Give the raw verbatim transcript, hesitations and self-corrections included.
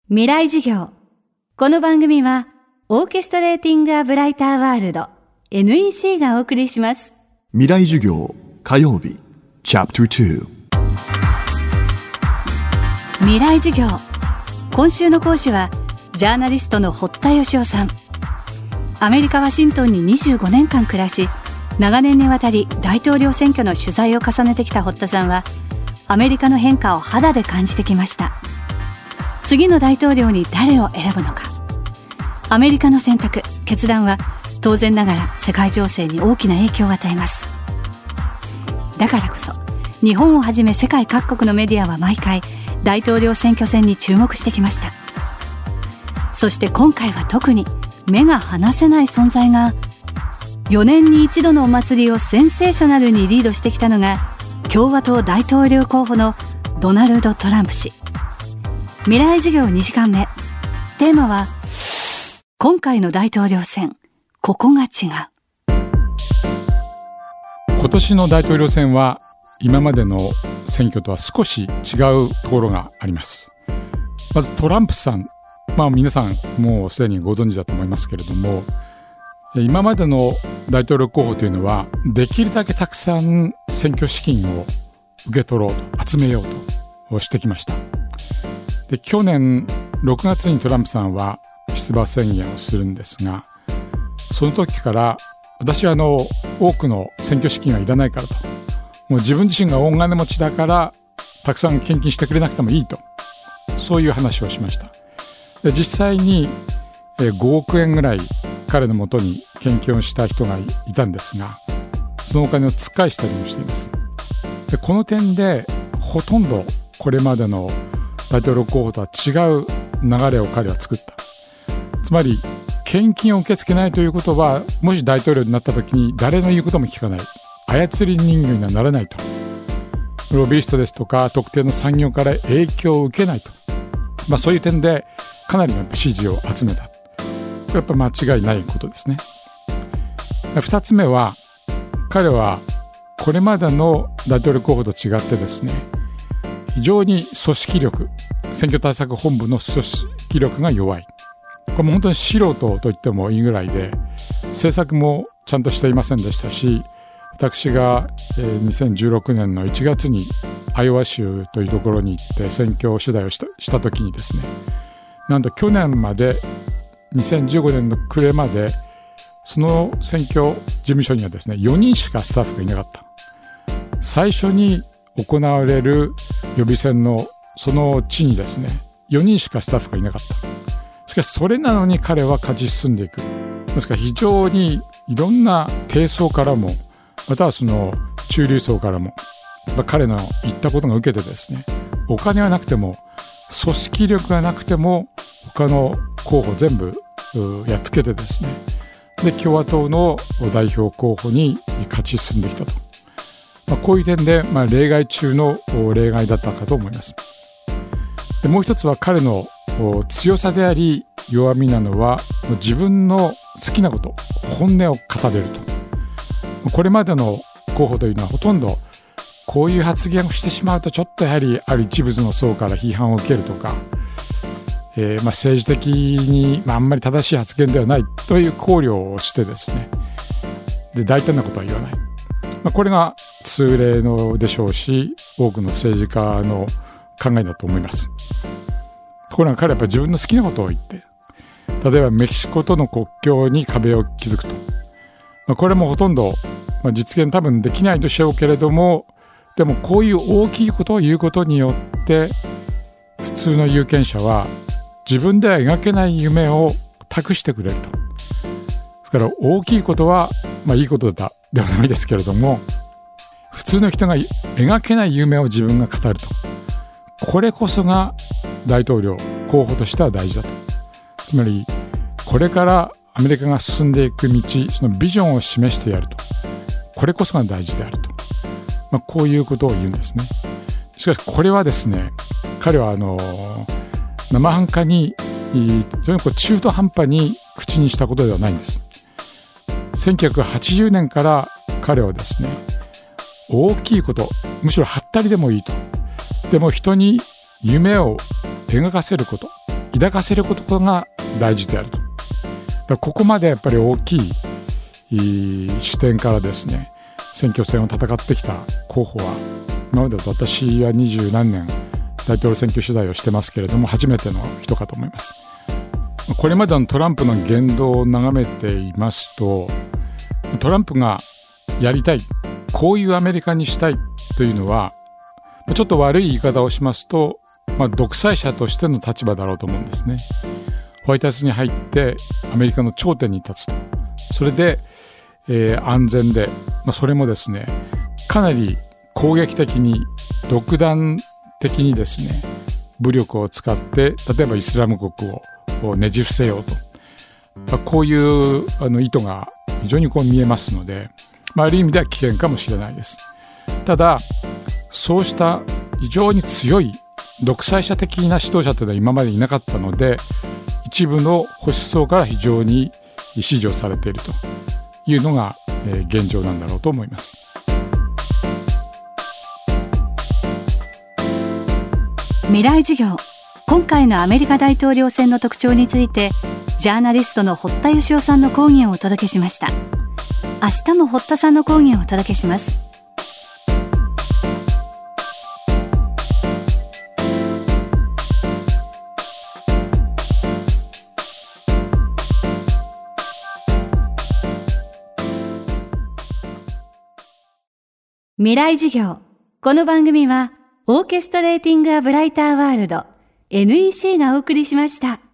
未来授業。この番組はオーケストレーティングアブライターワールド エヌイーシー がお送りします。 未来授業火曜日チャプターに。 未来授業。今週の講師はジャーナリストの堀田芳雄さん。アメリカ・ワシントンににじゅうごねんかん暮らし、長年にわたり大統領選挙の取材を重ねてきた堀田さんは、アメリカの変化を肌で感じてきました。次の大統領に誰を選ぶのか。アメリカの選択、決断は当然ながら世界情勢に大きな影響を与えます。だからこそ日本をはじめ世界各国のメディアは毎回大統領選挙戦に注目してきました。そして今回は特に目が離せない存在が、よねんに一度のお祭りをセンセーショナルにリードしてきたのが共和党大統領候補のドナルド・トランプ氏。未来授業にじかんめ、テーマは今回の大統領選、ここが違う。 今年の大統領選は今までの選挙とは少し違うところがあります。まずトランプさん、まあ皆さんもうすでにご存知だと思いますけれども、今までの大統領候補というのはできるだけたくさん選挙資金を受け取ろうと、集めようとしてきました。で、去年ろくがつにトランプさんは出馬宣言をするんですが、その時から私はあの多くの選挙資金はいらないからと、もう自分自身が大金持ちだからたくさん献金してくれなくてもいいと、そういう話をしました。で、実際にごおくえんぐらい彼のもとに献金をした人がいたんですが、そのお金を使いしたりもしています。で、この点でほとんどこれまでの大統領候補とは違う流れを彼は作った。つまり献金を受け付けないということは、もし大統領になった時に誰の言うことも聞かない、操り人形にはならないと。ロビーストですとか特定の産業から影響を受けないと、まあ、そういう点でかなりの支持を集めた。やっぱ間違いないことですね。ふたつめは、彼はこれまでの大統領候補と違ってですね、非常に組織力、選挙対策本部の組織力が弱い。これも本当に素人と言ってもいいぐらいで、政策もちゃんとしていませんでしたし、私がにせんじゅうろくねんのいちがつにアイオワ州というところに行って選挙取材をした、した時にですね、なんと去年までにせんじゅうごねんの暮れまでその選挙事務所にはですねよにんしかスタッフがいなかった。最初に行われる予備選のその地にですねよにんしかスタッフがいなかった。しかしそれなのに彼は勝ち進んでいく。ですから非常にいろんな低層からも、またはその中流層からも、まあ、彼の言ったことが受けてですね、お金はなくても組織力がなくても他の候補全部やっつけてですね、で共和党の代表候補に勝ち進んできたと、まあ、こういう点で、まあ、例外中の例外だったかと思います。で、もう一つは彼の強さであり弱みなのは、自分の好きなこと、本音を語れると。これまでの候補というのはほとんどこういう発言をしてしまうとちょっとやはりある一部の層から批判を受けるとか、えー、まあ政治的に、まあ、あんまり正しい発言ではないという考慮をしてですね、で大胆なことは言わない、まあ、これが通例のでしょうし、多くの政治家の考えだと思います。ところが彼はやっぱり自分の好きなことを言って、例えばメキシコとの国境に壁を築くと、まあ、これもほとんど、まあ、実現多分できないでしょうけれども、でもこういう大きいことを言うことによって普通の有権者は自分では描けない夢を託してくれると。ですから大きいことは、まあ、いいことだではないですけれども、普通の人が描けない夢を自分が語ると、これこそが大統領候補としては大事だと。つまりこれからアメリカが進んでいく道、そのビジョンを示してやると、これこそが大事であると、まあ、こういうことを言うんですね。しかしこれはですね、彼はあの生半可に、非常にこう中途半端に口にしたことではないんです。せんきゅうひゃくはちじゅうねんから彼はですね、大きいこと、むしろはったりでもいいと、でも人に夢を描かせること、 抱かせることが大事であると。だからここまでやっぱり大きい視点からですね、選挙戦を戦ってきた候補は、今まで私は二十何年大統領選挙取材をしてますけれども、初めての人かと思います。これまでのトランプの言動を眺めていますと、トランプがやりたい、こういうアメリカにしたいというのは、ちょっと悪い言い方をしますと、まあ、独裁者としての立場だろうと思うんですね。ホワイトハウスに入ってアメリカの頂点に立つと。それで、えー、安全で、まあ、それもですね、かなり攻撃的に独断的にですね、武力を使って例えばイスラム国をねじ伏せようと、まあ、こういうあの意図が非常にこう見えますので、まあ、ある意味では危険かもしれないです。ただそうした非常に強い独裁者的な指導者というのは今までいなかったので、一部の保守層から非常に支持をされているというのが、えー、現状なんだろうと思います。 未来授業、今回のアメリカ大統領選の特徴について、ジャーナリストの堀田芳雄さんの講義をお届けしました。明日も堀田さんの講義をお届けします。未来授業。この番組はオーケストレーティング・ア・ブライター・ワールド エヌイーシー がお送りしました。